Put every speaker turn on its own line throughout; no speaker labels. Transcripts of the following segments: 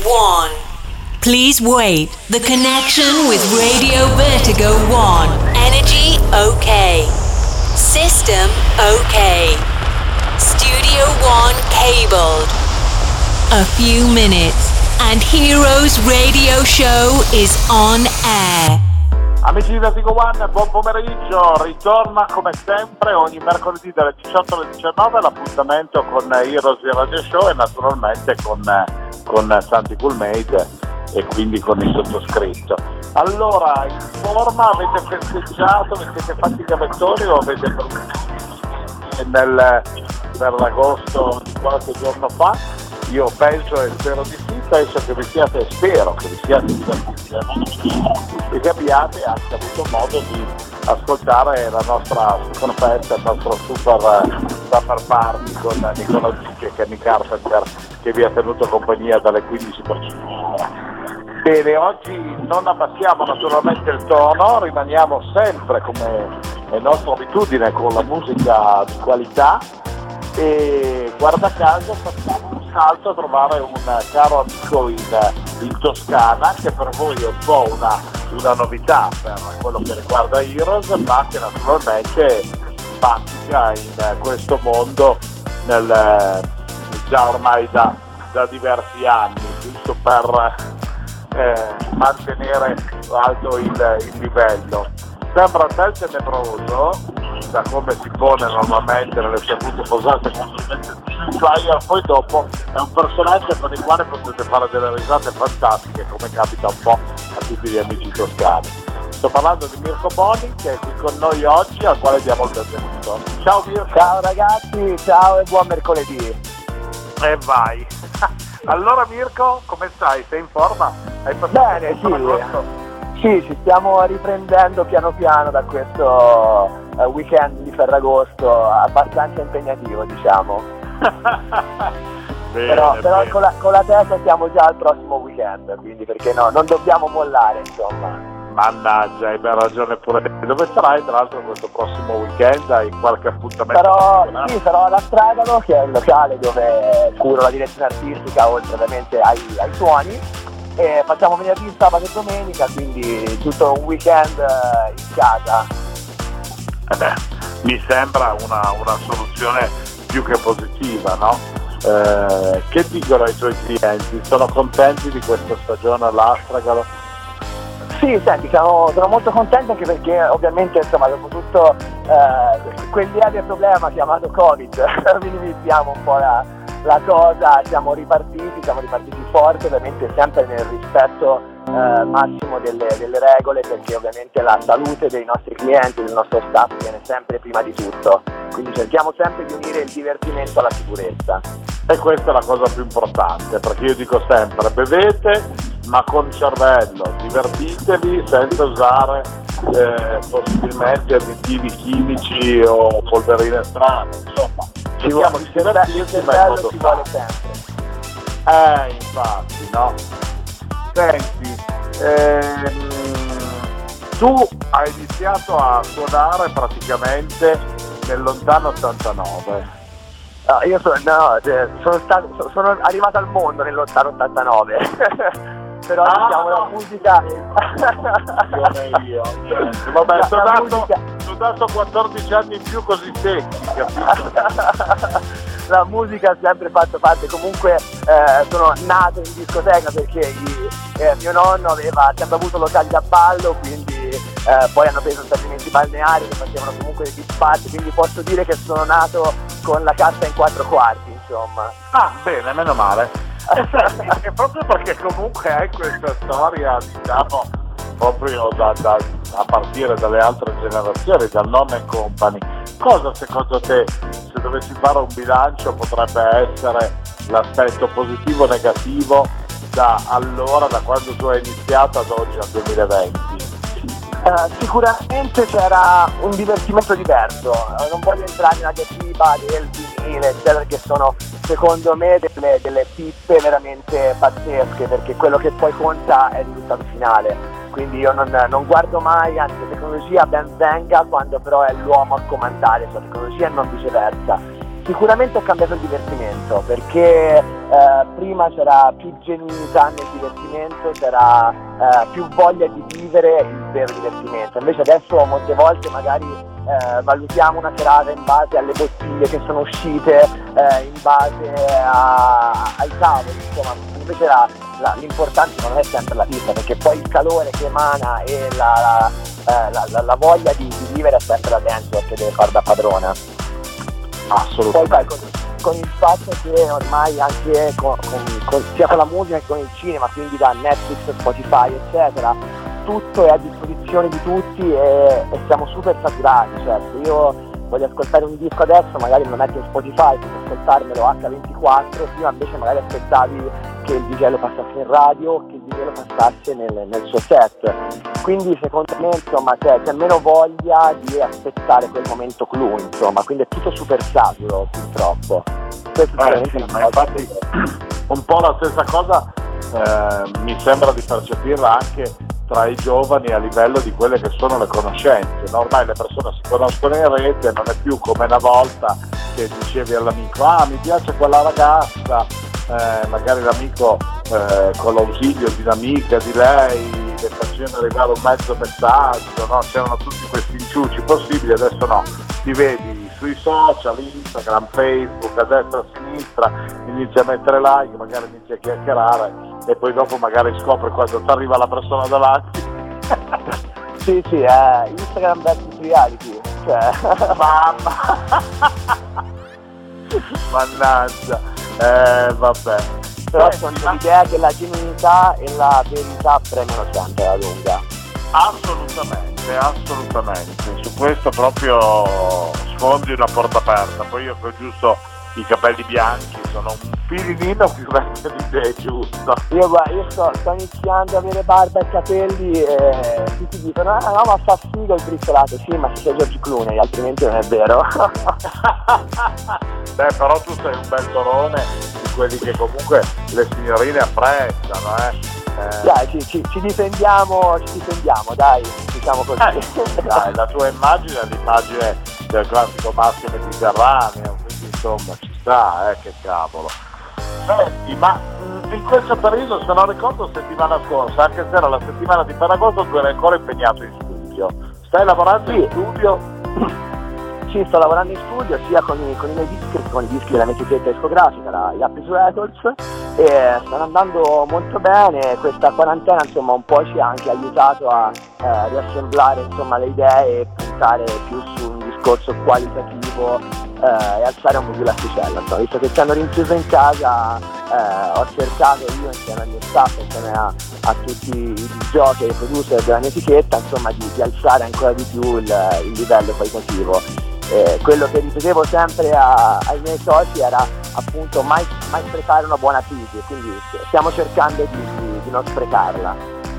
1. Please wait. The connection with Radio Vertigo 1. Energy okay. System okay. Studio 1 cabled. A few minutes and Heroes Radio Show is on air.
Amici di Vertigo One, buon pomeriggio, ritorna come sempre ogni mercoledì dalle 18 alle 19 l'appuntamento con Heroes Radio Show e naturalmente con Santi Coolmade e quindi con il sottoscritto. Allora, in forma, avete festeggiato, vi siete fatti i gavettoni o avete per l'agosto di qualche giorno fa? Io penso e spero di sì, spero che vi siate divertiti e che abbiate anche avuto modo di ascoltare la nostra Super Fest, il nostro super party con Nicola Zicchi e Kenny Carpenter che vi ha tenuto compagnia dalle 15 per 5 Bene, oggi non abbassiamo naturalmente il tono, rimaniamo sempre come è nostra abitudine con la musica di qualità e guarda caso facciamo un salto a trovare un caro amico in Toscana che per voi è un po' una novità per quello che riguarda Heroes, ma che naturalmente pratica in questo mondo già ormai da diversi anni, giusto per mantenere alto il livello. Sembra un bel tenebroso da come si pone normalmente nelle sedute posate con flyer, poi dopo è un personaggio con il quale potete fare delle risate fantastiche come capita un po' a tutti gli amici toscani. Sto parlando di Mirko Boni che è qui con noi oggi, al quale diamo il benvenuto. Ciao Mirko.
Ciao ragazzi, ciao e buon mercoledì.
E vai. Allora Mirko, come stai? Sei in forma? Hai passato
bene, sì, ci stiamo riprendendo piano piano da questo weekend di Ferragosto abbastanza impegnativo, diciamo.
Bene,
però
bene.
Con la testa siamo già al prossimo weekend, quindi perché no, non dobbiamo mollare, insomma.
Mannaggia, hai ben ragione pure. Dove sarai tra l'altro questo prossimo weekend? Hai qualche appuntamento?
Sarò alla Stragalo, che è il locale dove curo la direzione artistica oltre ovviamente ai suoni, e facciamo venerdì, sabato e domenica, quindi tutto un weekend in casa.
Mi sembra una soluzione più che positiva, no? Che dicono i tuoi clienti? Sono contenti di questa stagione all'Astragalo?
Sì, senti, sono molto contento anche perché ovviamente insomma dopo tutto quel lieve problema chiamato Covid minimizziamo un po' la cosa, siamo ripartiti forte, ovviamente sempre nel rispetto massimo delle regole, perché ovviamente la salute dei nostri clienti, del nostro staff viene sempre prima di tutto, quindi cerchiamo sempre di unire il divertimento alla sicurezza.
E questa è la cosa più importante, perché io dico sempre bevete ma con cervello, divertitevi senza usare possibilmente additivi chimici o polverine strane, insomma cerchiamo di divertirci ma in modo
ci vuole sempre.
Infatti, no? Senti, tu hai iniziato a suonare praticamente nel lontano 89.
No, io sono arrivato al mondo nel lontano 89. Però diciamo la musica
io. Vabbè, ti ho dato 14 anni in più così secchi, capito?
La musica ha sempre fatto parte, comunque sono nato in discoteca perché mio nonno aveva sempre avuto locali da ballo, quindi poi hanno preso stabilimenti balneari che facevano comunque degli spazi, quindi posso dire che sono nato con la cassa in 4/4, insomma.
Ah, bene, meno male. E proprio perché comunque hai questa storia, diciamo, proprio a partire dalle altre generazioni, dal nonno e company, cosa secondo te, se dovessi fare un bilancio, potrebbe essere l'aspetto positivo o negativo da quando tu hai iniziato ad oggi al 2020?
Sicuramente c'era un divertimento diverso, non voglio entrare nella diatriba del vinile eccetera, che sono secondo me delle pippe veramente pazzesche, perché quello che poi conta è il risultato finale, quindi io non guardo mai, anzi la tecnologia ben venga quando però è l'uomo a comandare sulla tecnologia e non viceversa. Sicuramente è cambiato il divertimento, perché prima c'era più genuinità nel divertimento, c'era più voglia di vivere il vero divertimento. Invece adesso molte volte magari valutiamo una serata in base alle bottiglie che sono uscite, in base ai tavoli, insomma. Invece l'importante non è sempre la pista, perché poi il calore che emana e la voglia di vivere è sempre la dance che deve far da padrona.
Assolutamente.
Poi con il fatto che ormai anche sia con la musica che con il cinema, quindi da Netflix, Spotify eccetera, tutto è a disposizione di tutti e siamo super saturati. Cioè, se io voglio ascoltare un disco adesso magari me lo metto in Spotify per ascoltarmelo H24, prima invece magari aspettavi che il DJ lo passasse in radio o che il DJ lo passasse nel suo set. Quindi secondo me insomma c'è meno voglia di aspettare quel momento clou, insomma, quindi è tutto super saturo purtroppo.
Sì, ma infatti un po' la stessa cosa mi sembra di percepirla anche tra i giovani a livello di quelle che sono le conoscenze. No? Ormai le persone si conoscono in rete, non è più come una volta che dicevi all'amico mi piace quella ragazza, magari l'amico con l'ausilio di un'amica di lei le facevano arrivare un mezzo messaggio, no? C'erano tutti questi inciuci possibili, adesso no, ti vedi sui social, Instagram, Facebook, a destra, a sinistra, inizi a mettere like, magari inizi a chiacchierare e poi dopo magari scopri quando ti arriva la persona davanti.
Sì, Instagram versus reality, cioè.
Mamma! Mannaggia, vabbè.
Però sono l'idea che la genuinità e la verità premiano sempre alla lunga.
Assolutamente, su questo proprio sfondi una porta aperta. Poi io che ho giusto i capelli bianchi sono un filinino più vecchio di te, giusto?
Io sto iniziando ad avere barba e capelli e tutti dicono no ma fa figo il briciolato. Sì, ma se sei George Clooney, altrimenti non è vero.
Beh, però tu sei un bel torone di quelli che comunque le signorine apprezzano,
Dai, ci difendiamo, dai, diciamo così.
Dai, la tua immagine è l'immagine del classico maschio mediterraneo, quindi insomma ci sta, che cavolo. Senti, ma in questo periodo, se non ricordo, settimana scorsa, anche se era la settimana di Ferragosto, tu eri ancora impegnato in studio. Stai lavorando in studio?
Sì, sto lavorando in studio sia con i miei dischi che con i dischi della mia etichetta discografica, la Yapis Records, e stanno andando molto bene. Questa quarantena insomma un po' ci ha anche aiutato a riassemblare insomma le idee e puntare più su un discorso qualitativo e alzare un po' più l'asticella. Insomma, visto che ci hanno rinchiuso in casa, ho cercato io insieme al mio staff, insieme a tutti i giochi e i producer della mia etichetta, insomma di alzare ancora di più il livello qualitativo. Quello che ripetevo sempre ai miei soci era appunto mai sprecare una buona crisi, quindi stiamo cercando di non sprecarla.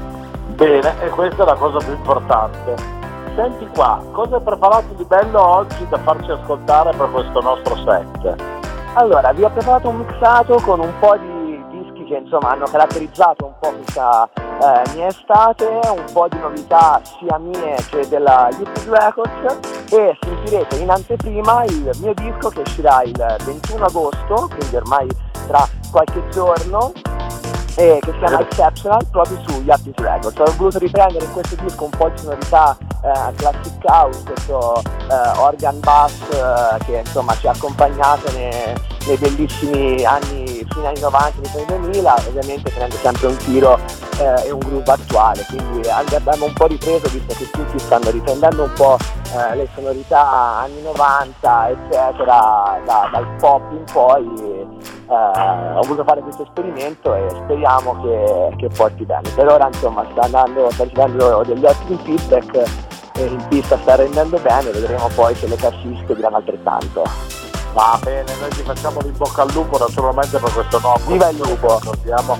Bene, e questa è la cosa più importante. Senti qua, cosa hai preparato di bello oggi da farci ascoltare per questo nostro set?
Allora, vi ho preparato un mixato con un po' di dischi che insomma hanno caratterizzato un po' questa mia estate, un po' di novità sia mie che della Yapis Records, e sentirete in anteprima il mio disco che uscirà il 21 agosto, quindi ormai tra qualche giorno, che si chiama Exceptional, proprio su Yapis Records. Ho voluto riprendere in questo disco un po' di sonorità classic house, questo organ bass che insomma ci ha accompagnato nei bellissimi anni, fine anni 90, inizio anni 2000, ovviamente prende sempre un tiro e un groove attuale, quindi abbiamo un po' ripreso, visto che tutti stanno riprendendo un po' le sonorità anni 90 eccetera, dal pop in poi. Ho voluto fare questo esperimento e speriamo che porti bene. Per ora insomma sta ricevendo degli ottimi feedback e in pista sta rendendo bene, vedremo poi se le cassiste diranno altrettanto.
Va bene, noi ti facciamo in bocca al lupo naturalmente per questo nuovo.
Viva il lupo!
Ricordiamo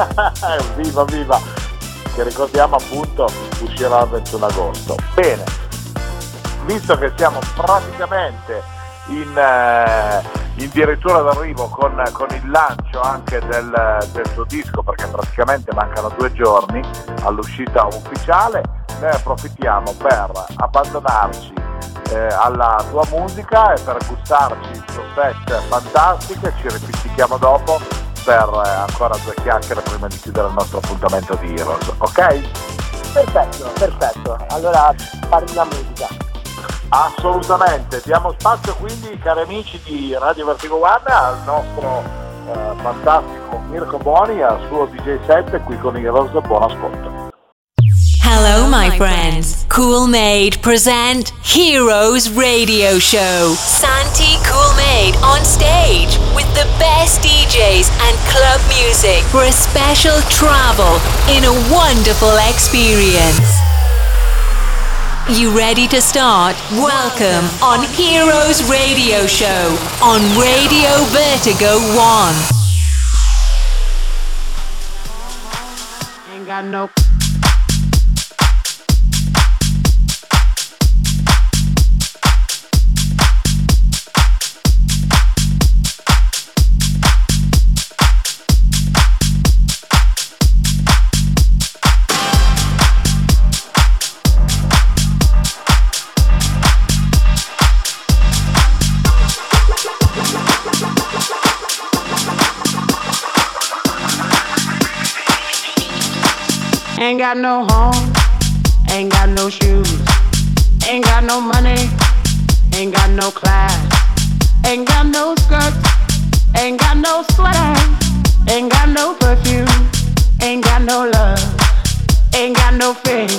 viva, che ricordiamo appunto uscirà il 21 agosto. Bene, visto che siamo praticamente in dirittura d'arrivo con il lancio anche del tuo disco, perché praticamente mancano 2 giorni all'uscita ufficiale, noi approfittiamo per abbandonarci alla tua musica e per gustarci il tuo set fantastico. Ci ripicchiamo dopo per ancora 2 chiacchiere prima di chiudere il nostro appuntamento di Heroes, ok?
Perfetto, allora parli la musica.
Assolutamente, diamo spazio quindi, cari amici di Radio Vertigo One, al nostro fantastico Mirko Boni, al suo DJ set qui con Heroes. Buon ascolto.
Hello, my friends. Cool Made present Heroes Radio Show. Santi Cool Made on stage with the best DJs and club music for a special travel in a wonderful experience. You ready to start? Welcome on Heroes Radio Show on Radio Vertigo One.
Ain't got no Ain't got no home, ain't got no shoes, ain't got no money, ain't got no class, ain't got no skirts, ain't got no sweater, ain't got no perfume, ain't got no love, ain't got no faith.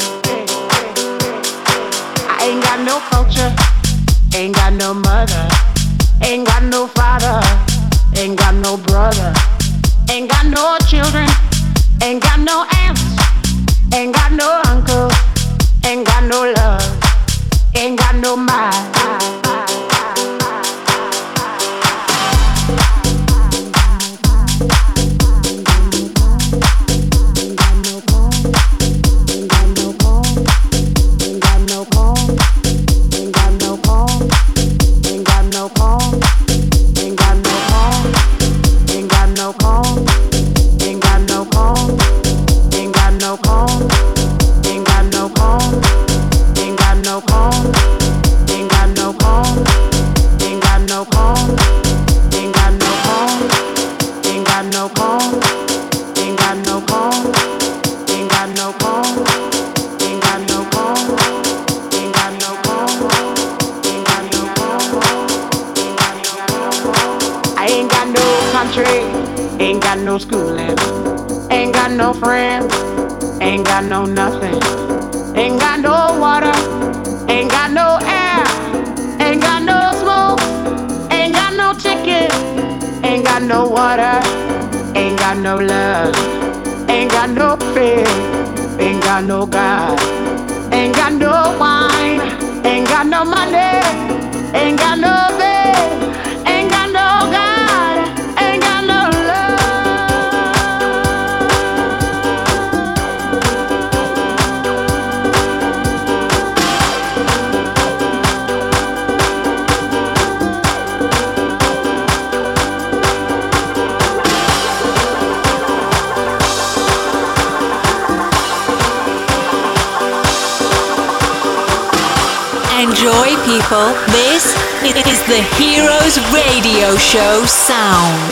I ain't got no culture, ain't got no mother, ain't got no father, ain't got no brother, ain't got no children, ain't got no aunts, ain't got no uncle, ain't got no love, ain't got no mind. Ain't got no schooling, ain't got no friends, ain't got no nothing, ain't got no water, ain't got no air, ain't got no smoke, ain't got no ticket, ain't got no water, ain't got no love, ain't got no faith, ain't got no God, ain't got no wine, ain't got no money, ain't got no faith, ain't got no God.
Enjoy, people. This is the Heroes Radio Show sound.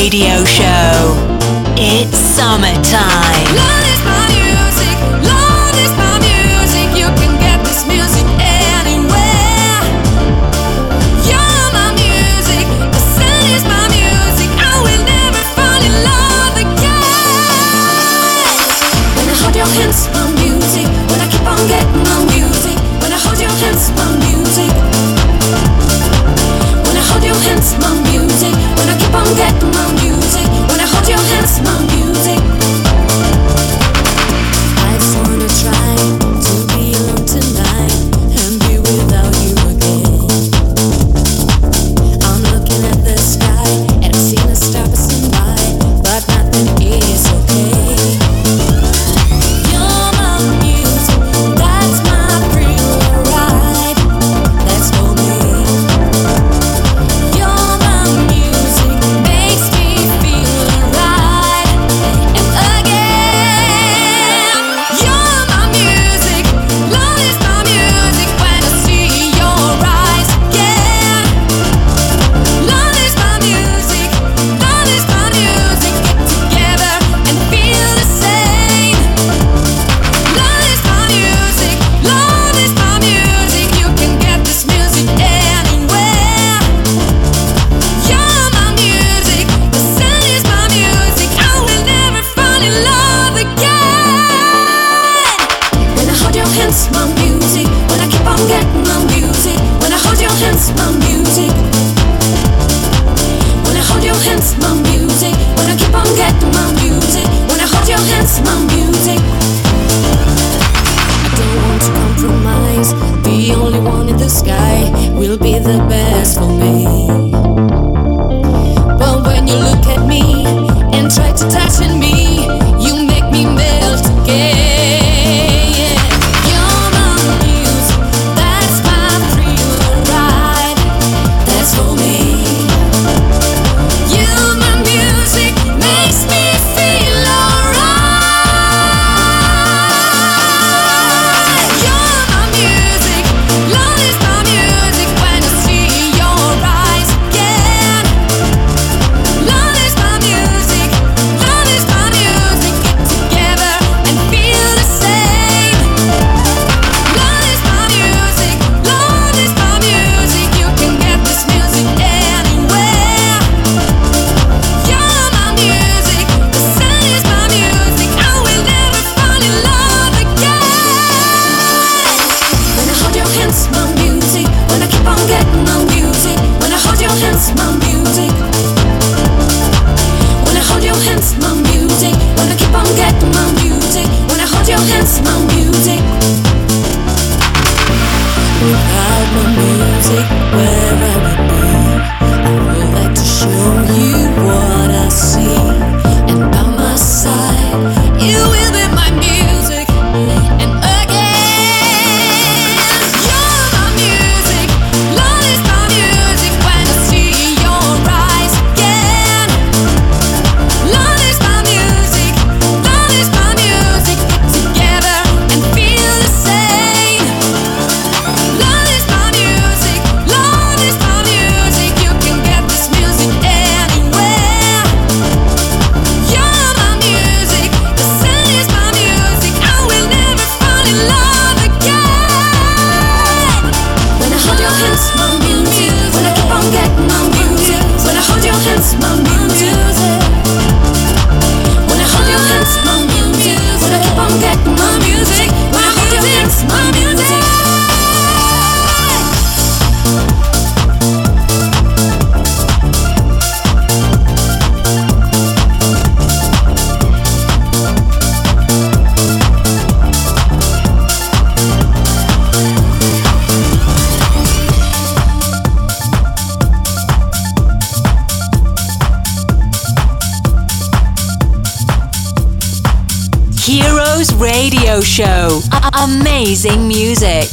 Radio Show. It's summertime.
Love is my music, love is my music. You can get this music anywhere. You're my music, the sun is my music. I will never fall in love again. When I hold your hands, my music. When I keep on getting my music. When I hold your hands, my music. When I hold your hands, my music. When I keep on getting my music. When I hold your hands, my music. I just wanna try to be alone tonight and be without you again. I'm looking at the sky and I'm seeing a star passing by, but nothing is okay. You're my music, that's my thrill ride. That's for me. You're my music, makes me feel right. And again, you're my music, love is my music. When I see your eyes again, love is my music, love is my music. Get together and feel the same. Love is my music, love is my music. You can get this music anywhere. You're my music, the sun is my music. I will never fall in love again. When I hold your hands, my music. When I keep on getting my music. When I hold your hands, my music. When I hold your hands, my music. When I keep on getting my music. When I hold your hands, my music. I don't want to compromise. The only one in the sky will be the best for me. But when you look at me and try to touch on me, you make me melt again. You're my music, that's my thrill ride. That's for me. You're my music, makes me feel alright. You're my music, love is my music. When I see your eyes again, love is my music, love is my music. Get together and feel the same. Love is my music, love is my music. You can get this music anywhere. You're my music, the sun is my music. I will never fall in love again. When I hold your hands, my music. When I keep on getting my music. When I hold your hands, my music. When I hold your hands, my music. When I keep on getting my music. When I hold your hands, my music. Without my music, where I would be. I would like to show you what I see. And by my side, you will be my music. And again, you're my music, love is my music. When I see your eyes again, love is my music, love is my music. Get together and feel the same. Love is my music, love is my music. You can get this music anywhere. You're my music, the sun is my music. I will never fall in love again. When I hold your hands, my music. When I keep on getting my music. When I hold your hands, my music. When I hold your hands, my music. When I keep on getting my music. When I hold your hands, my music.
Heroes Radio Show. Amazing music.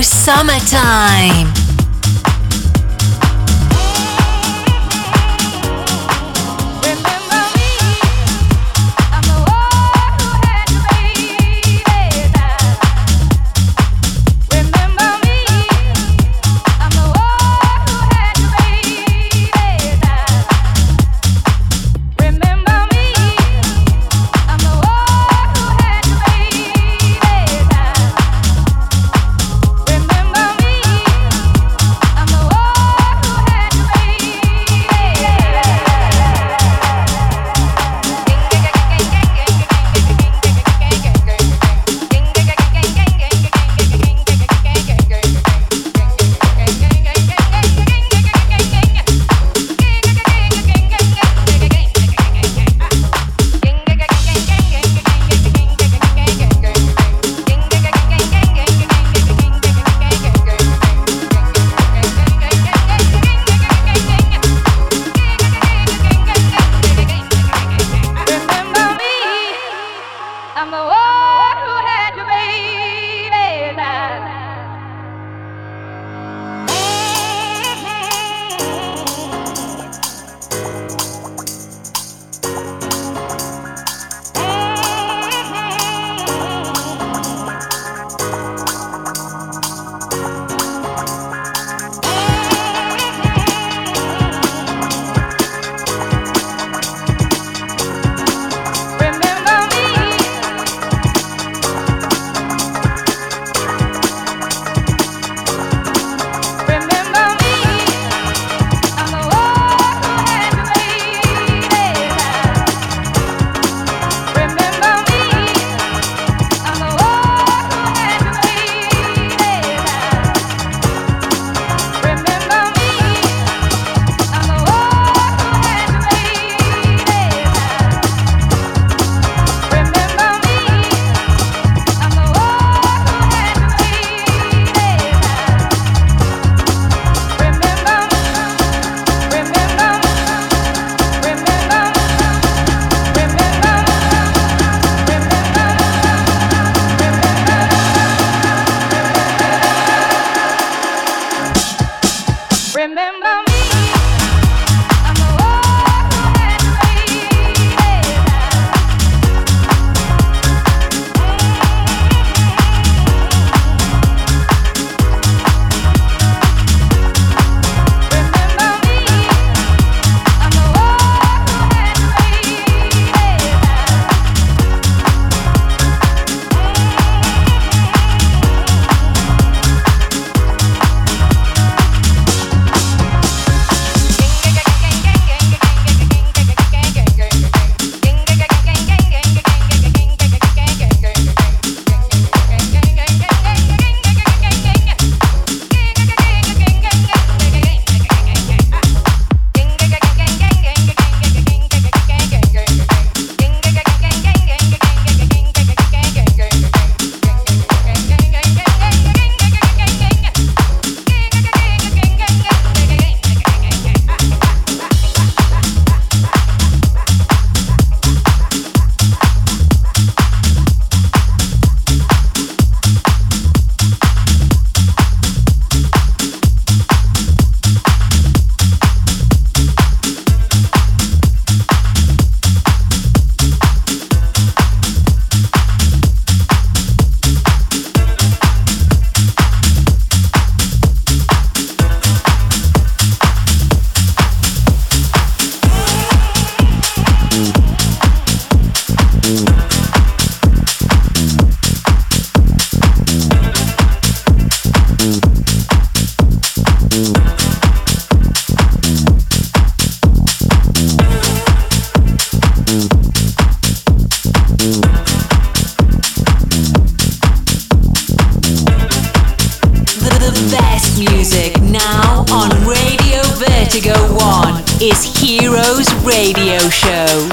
Summertime. Vertigo One is Heroes Radio Show.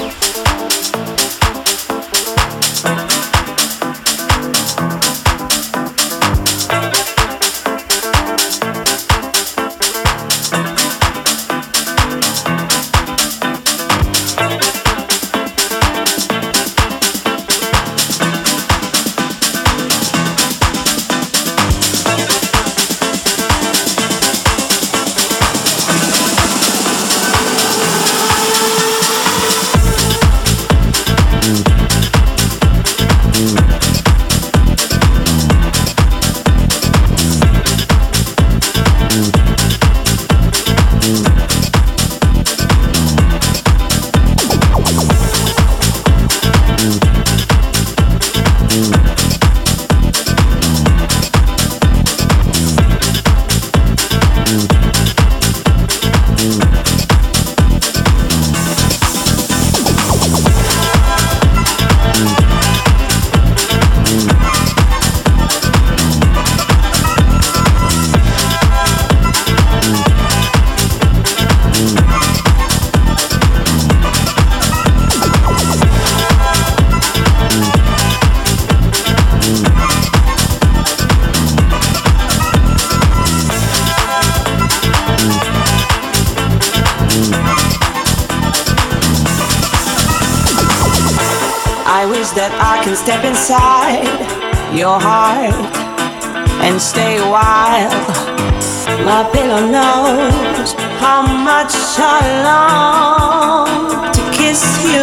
I wish that I can step inside your heart and stay a while. My pillow knows how much I long to kiss you.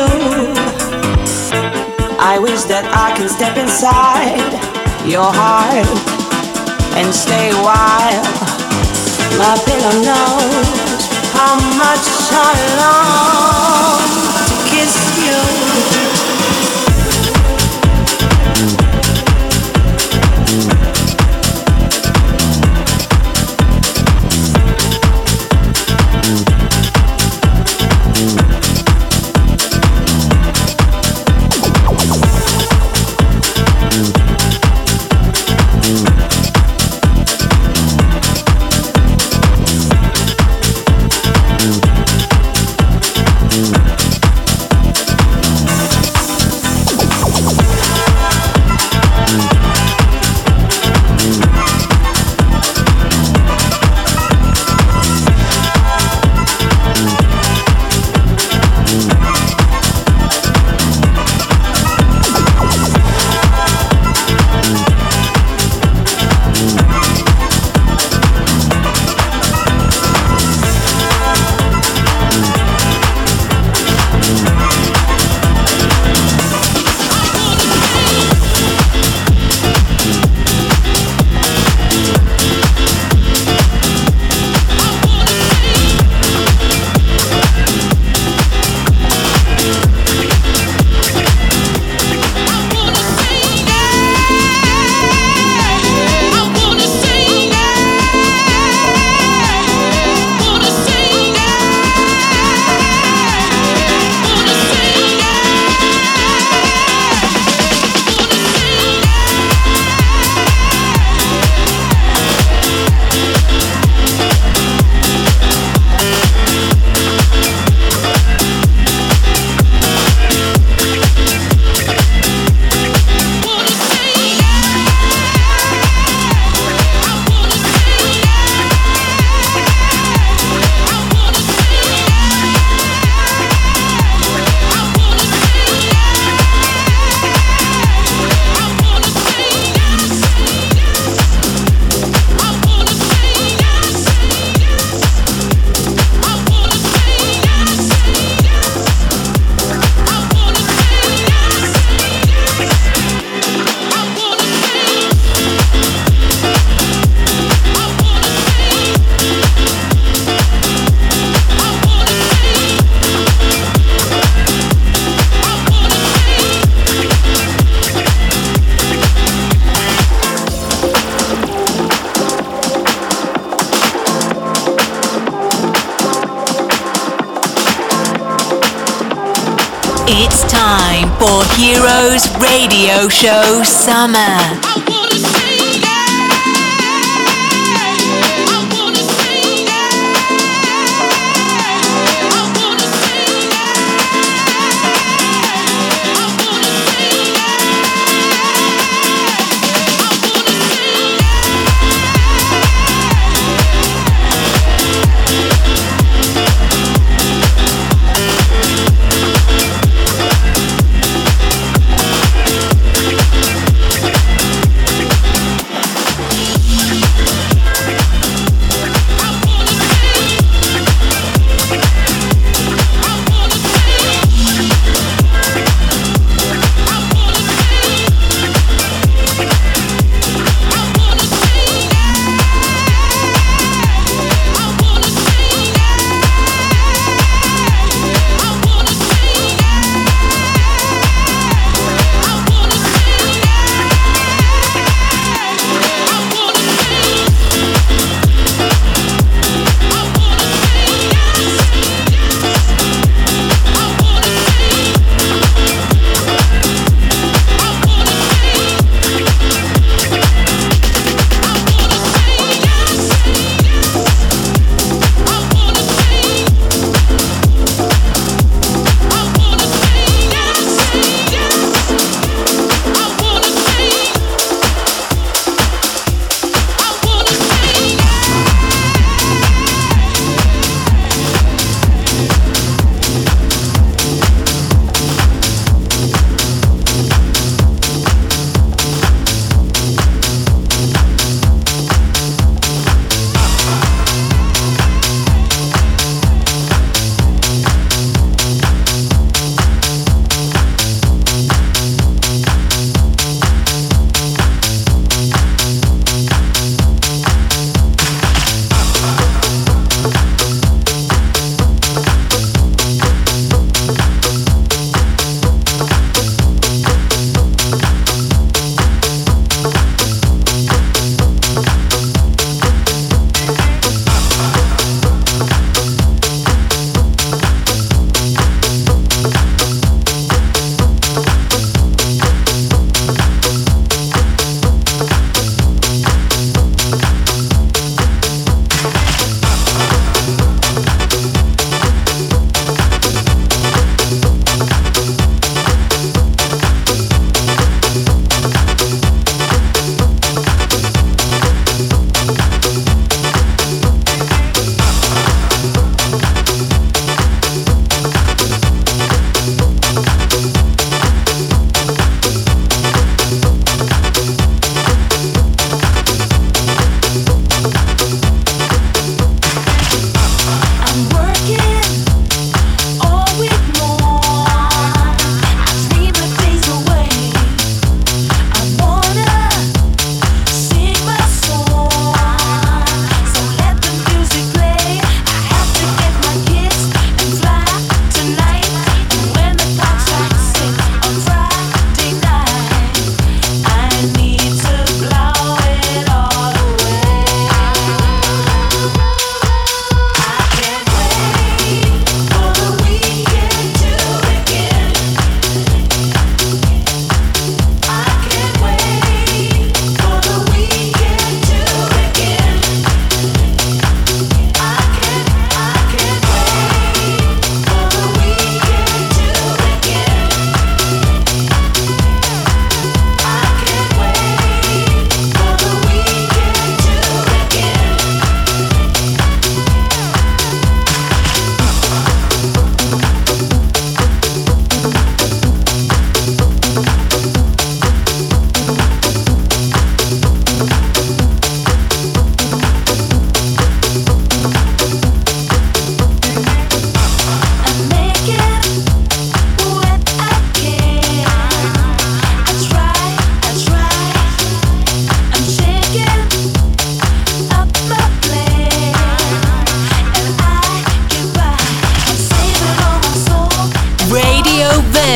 I wish that I can step inside your heart and stay a while. My pillow knows how much I long to kiss you.
It's time for Heroes Radio Show Summer.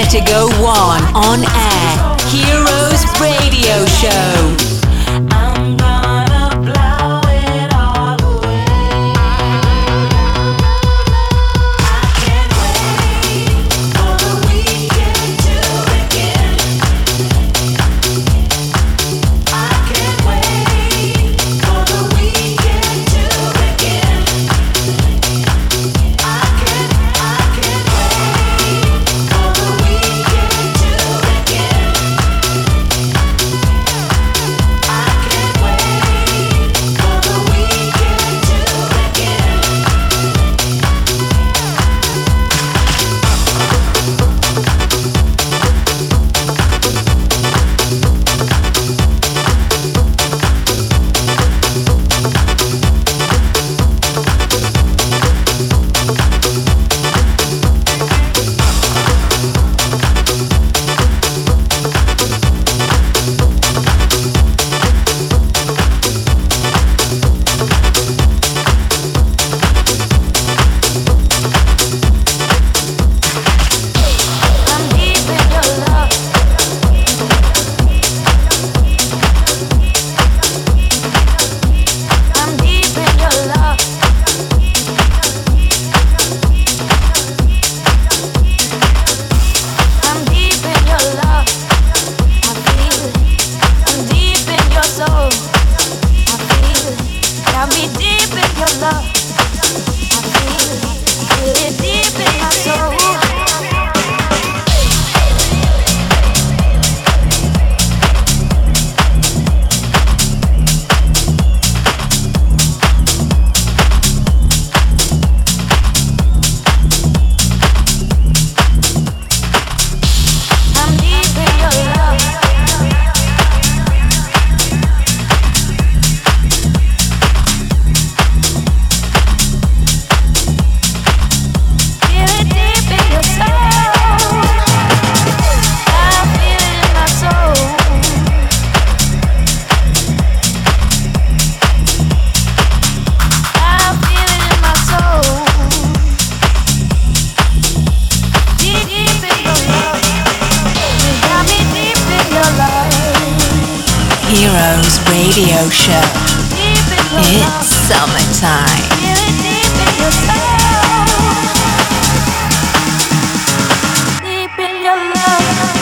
Vertigo One on air. Heroes Radio Show. Heroes Radio Show. It's summertime.
Deep in your love.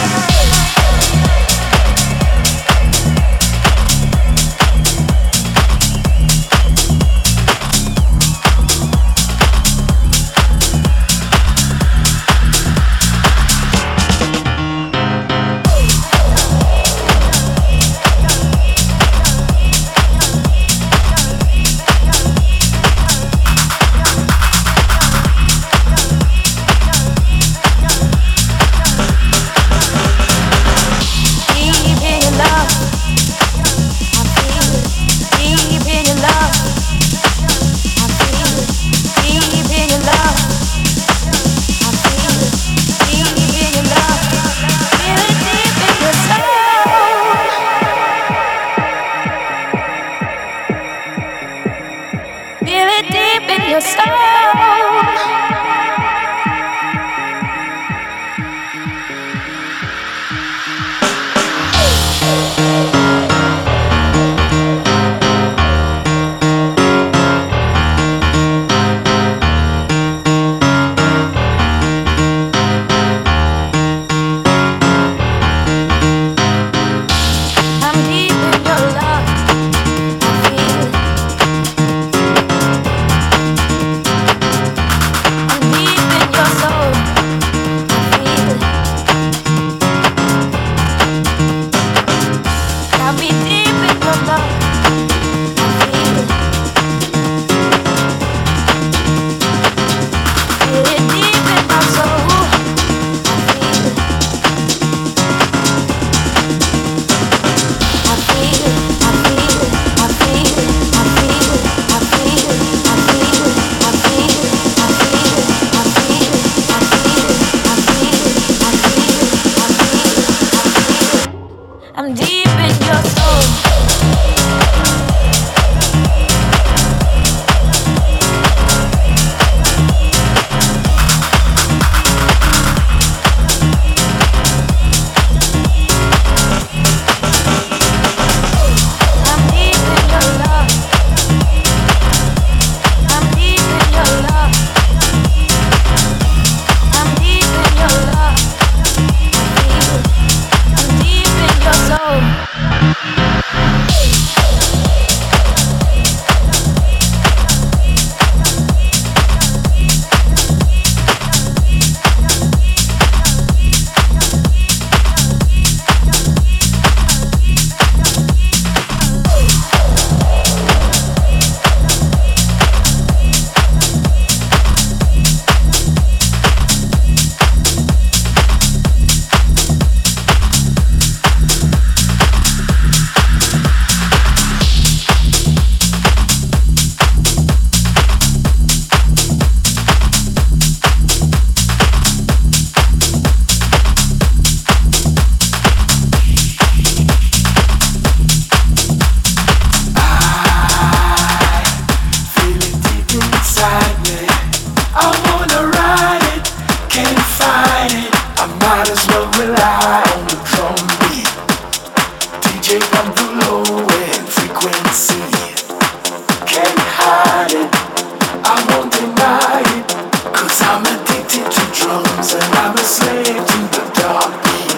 might as well rely on the drum beat. DJ on the low end frequency. Can't hide it, I won't deny it, 'cause I'm addicted to drums and I'm a slave to the dark beat.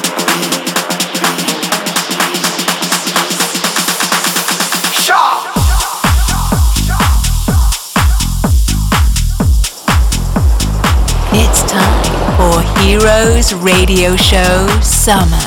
Sharp!
It's time for Heroes Radio Show Summer.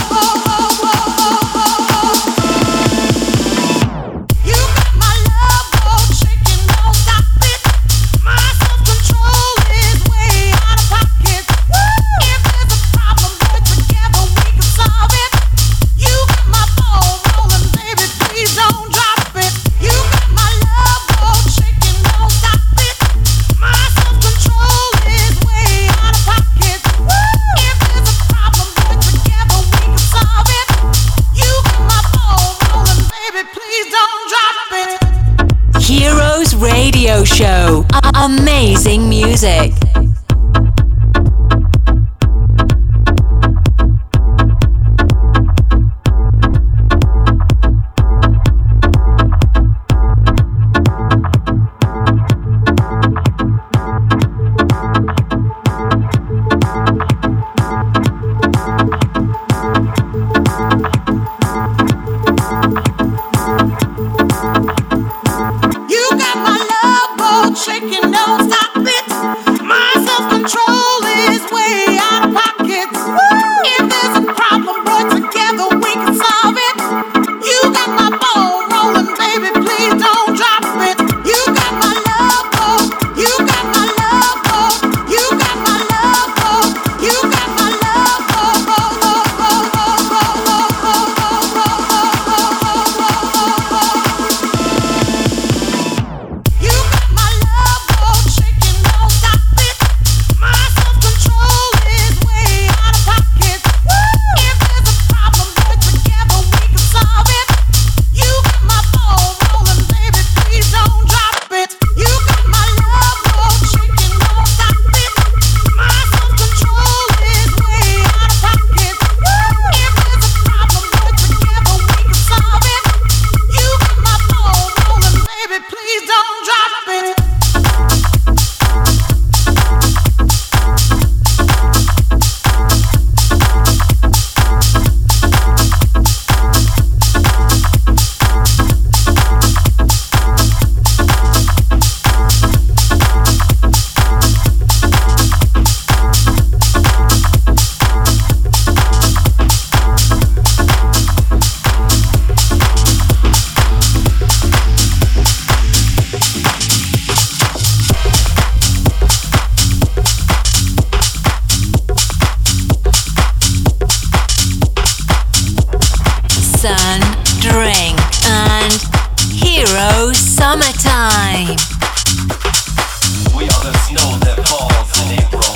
You got my love.
don't drop it.
Heroes Radio Show. Amazing music.
Shaking, don't stop it. My self-control is way out of pocket. If there's a problem, boy, together we can solve it. You got my ball rolling, baby, please don't drop it. You got my love, oh, you got my love, oh, you got my love, oh, you got my love, oh, oh, oh, oh, oh, oh, oh, you got my love, oh, shaking, don't stop it. My self-control is way out of pocket. If there's a problem, boy, together we can solve it. You got my ball rolling, baby, please don't drop it. You got my love, oh, shaking, don't stop it. My self-control is way out of pocket. If there's a problem, boy, together we can solve it. You got my ball rolling, baby, please don't drop it.
Sun, Drink, and Hero Summertime.
We are the snow that falls in April.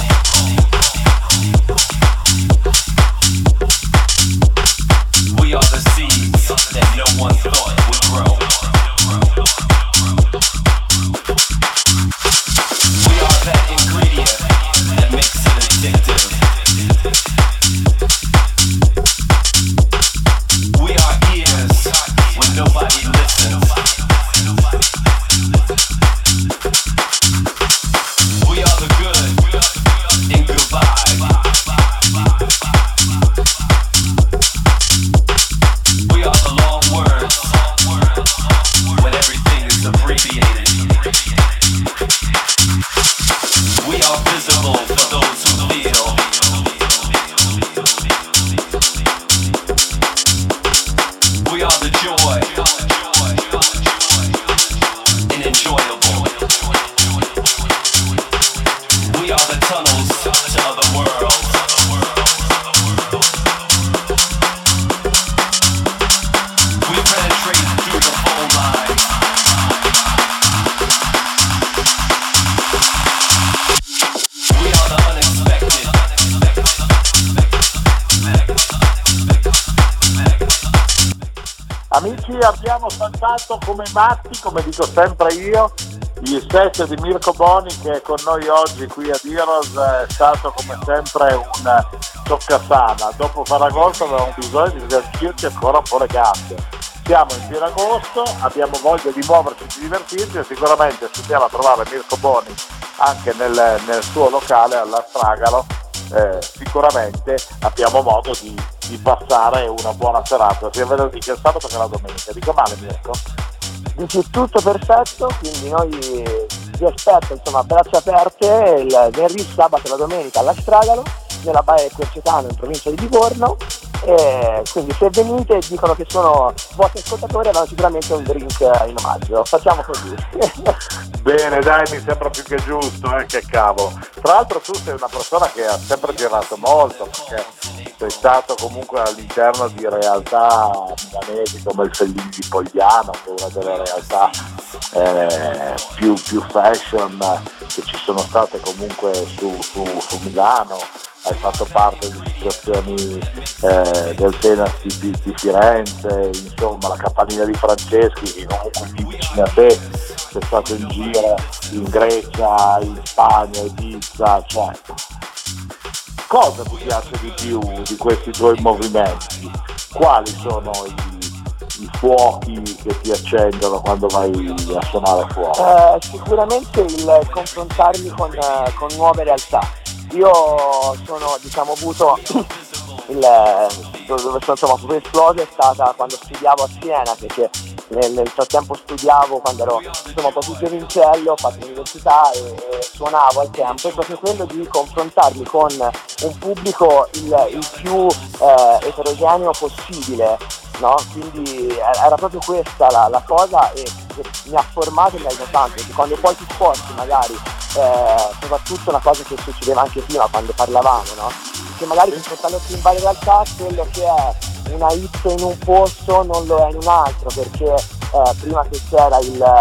We are the seeds that no one thought would grow. We are that ingredient that makes it addictive. We are ears when nobody listens. We are the good in goodbye. We are the long words when everything is abbreviated. We are visible for those who feel. We are the joy and enjoyable. We are the tunnels to other worlds. We penetrate through the phone line. We are the unexpected.
Amici, abbiamo saltato come matti, come dico sempre io, il set di Mirko Boni che è con noi oggi qui a Heroes. È stato come sempre un toccasana. Dopo Ferragosto avevamo bisogno di divertirci ancora un po' le gambe. Siamo in pieno agosto, abbiamo voglia di muoverci, di divertirci e sicuramente se andiamo a trovare Mirko Boni anche nel suo locale alla Stragalo, sicuramente abbiamo modo di passare una buona serata sia venerdì che il sabato che la domenica. Dico male, Mirko?
Dici tutto perfetto, quindi noi vi aspetto insomma a braccia aperte il venerdì, il sabato e la domenica alla Stragalo, nella Baia del Quercetano in provincia di Livorno, e quindi se venite e dicono che sono vostri ascoltatori avranno sicuramente un drink in omaggio. Facciamo così.
Bene, dai, mi sembra più che giusto, che cavolo. Tra l'altro tu sei una persona che ha sempre girato molto, perché sei stato comunque all'interno di realtà milanesi come il Fellini di Pogliano, che è una delle realtà più fashion che ci sono state comunque su Milano. hai fatto parte di situazioni del tennis di Firenze, insomma la campanile di Franceschi, che comunque lì vicino a te, sei stato in giro in Grecia, in Spagna, Ibiza, cioè cosa ti piace di più di questi tuoi movimenti? Quali sono i fuochi che ti accendono quando vai a suonare fuori?
Sicuramente il confrontarmi con nuove realtà. Io sono, diciamo, avuto dove sono insomma proprio esploso è stata quando studiavo a Siena, perché nel frattempo studiavo quando ero insomma un po' più giovincello, ho fatto l'università e suonavo al tempo, e proprio quello di confrontarmi con un pubblico il più eterogeneo possibile, no? Quindi era proprio questa la cosa, e mi ha formato e mi ha aiutato tanto, perché quando poi ti sposti magari, soprattutto una cosa che succedeva anche prima quando parlavamo, no? Che magari confrontandoti in varie realtà, quello che è una hit in un posto non lo è in un altro, perché prima che c'era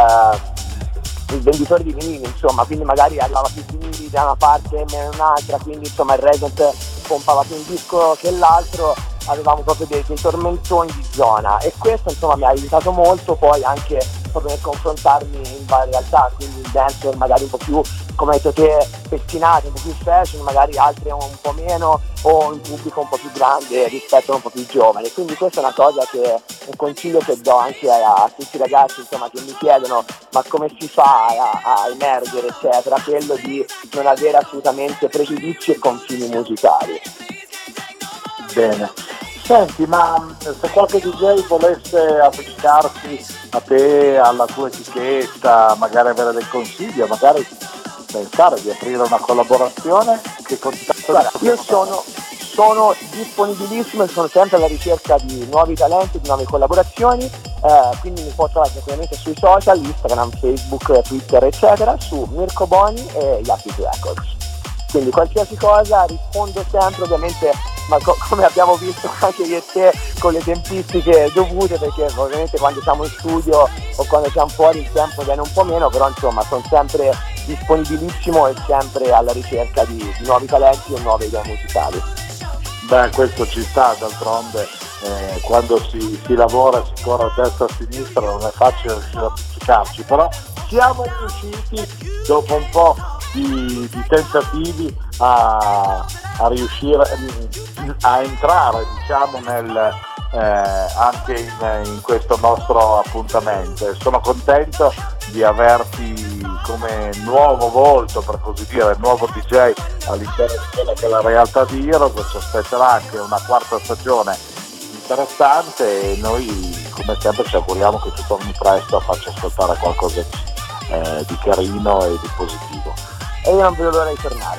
il venditore di vinili, insomma, quindi magari arrivava più vinili da una parte e meno in un'altra, quindi insomma il resident pompava più un disco che l'altro, avevamo proprio dei tormentoni di zona, e questo insomma mi ha aiutato molto poi anche proprio nel confrontarmi in varie realtà, quindi il dancer magari un po' più, come hai detto te, pettinati, un po' più fashion, magari altri un po' meno, o un pubblico un po' più grande rispetto a un po' più giovane. Quindi questa è una cosa che, un consiglio che do anche a tutti i ragazzi, insomma, che mi chiedono ma come si fa a emergere, eccetera, quello di non avere assolutamente pregiudizi e confini musicali.
Bene. Senti, ma se qualche DJ volesse avvicinarsi a te, alla tua etichetta, magari avere dei consigli, magari pensare di aprire una collaborazione, che contatto?
Guarda, io sono disponibilissimo e sono sempre alla ricerca di nuovi talenti, di nuove collaborazioni, quindi mi può trovare sicuramente sui social, Instagram, Facebook, Twitter, eccetera, su Mirko Boni e Yapid Records. Quindi qualsiasi cosa rispondo sempre, ovviamente, ma come abbiamo visto anche io e te, con le tempistiche dovute, perché ovviamente quando siamo in studio o quando siamo fuori il tempo viene un po' meno, però insomma sono sempre disponibilissimo e sempre alla ricerca di nuovi talenti e nuove idee musicali.
Beh, questo ci sta, d'altronde quando si lavora, si corre a destra e a sinistra, non è facile riuscire a appiccicarci, però siamo riusciti dopo un po' di tentativi a riuscire a entrare, diciamo, anche in questo nostro appuntamento. Sono contento di averti come nuovo volto, per così dire, nuovo DJ all'interno di quella che è la realtà di Heroes. Ci aspetterà anche una quarta stagione interessante e noi come sempre ci auguriamo che tu torni presto a farci ascoltare qualcosa di carino e di positivo.
E io non vedo l'ora di tornare.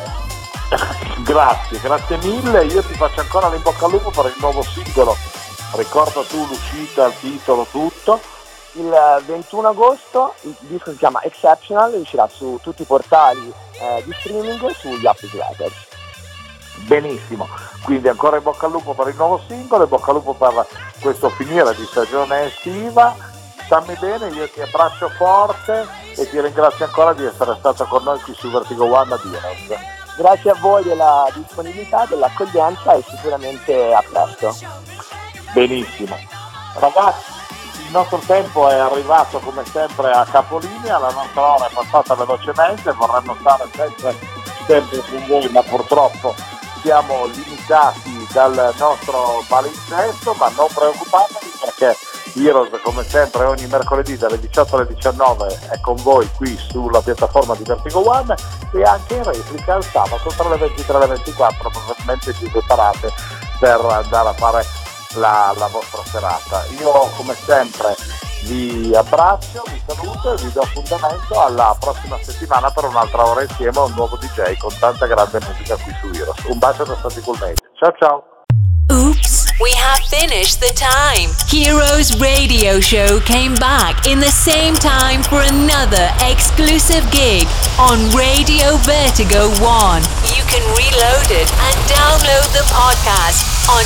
Grazie mille, io ti faccio ancora l'in bocca al lupo per il nuovo singolo. Ricorda tu l'uscita, il titolo, tutto.
Il 21 agosto il disco si chiama Exceptional, uscirà su tutti i portali di streaming, su Yapid Records.
Benissimo, quindi ancora in bocca al lupo per il nuovo singolo, in bocca al lupo per questo finire di stagione estiva. Stammi bene, io ti abbraccio forte e ti ringrazio ancora di essere stato con noi qui su Vertigo One a Heroes.
Grazie a voi della disponibilità, dell'accoglienza e sicuramente a presto.
Benissimo. Ragazzi, il nostro tempo è arrivato come sempre a capolinea, la nostra ora è passata velocemente, vorremmo stare sempre con voi, ma purtroppo siamo limitati dal nostro palinsesto, ma non preoccupatevi perché Heroes come sempre ogni mercoledì dalle 18 alle 19 è con voi qui sulla piattaforma di Vertigo One e anche in replica il sabato tra le 23 e le 24, probabilmente vi preparate per andare a fare la vostra serata. Io come sempre vi abbraccio, vi saluto e vi do appuntamento alla prossima settimana per un'altra ora insieme a un nuovo DJ con tanta grande musica qui su Heroes. Un bacio da Santi Cool Made. Ciao ciao!
Oops, we have finished the time. Heroes Radio Show came back in the same time for another exclusive gig on Radio Vertigo One. You can reload it and download the podcast on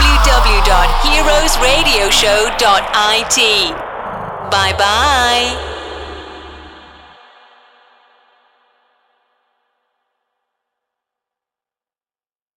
www.heroesradioshow.it. Bye bye.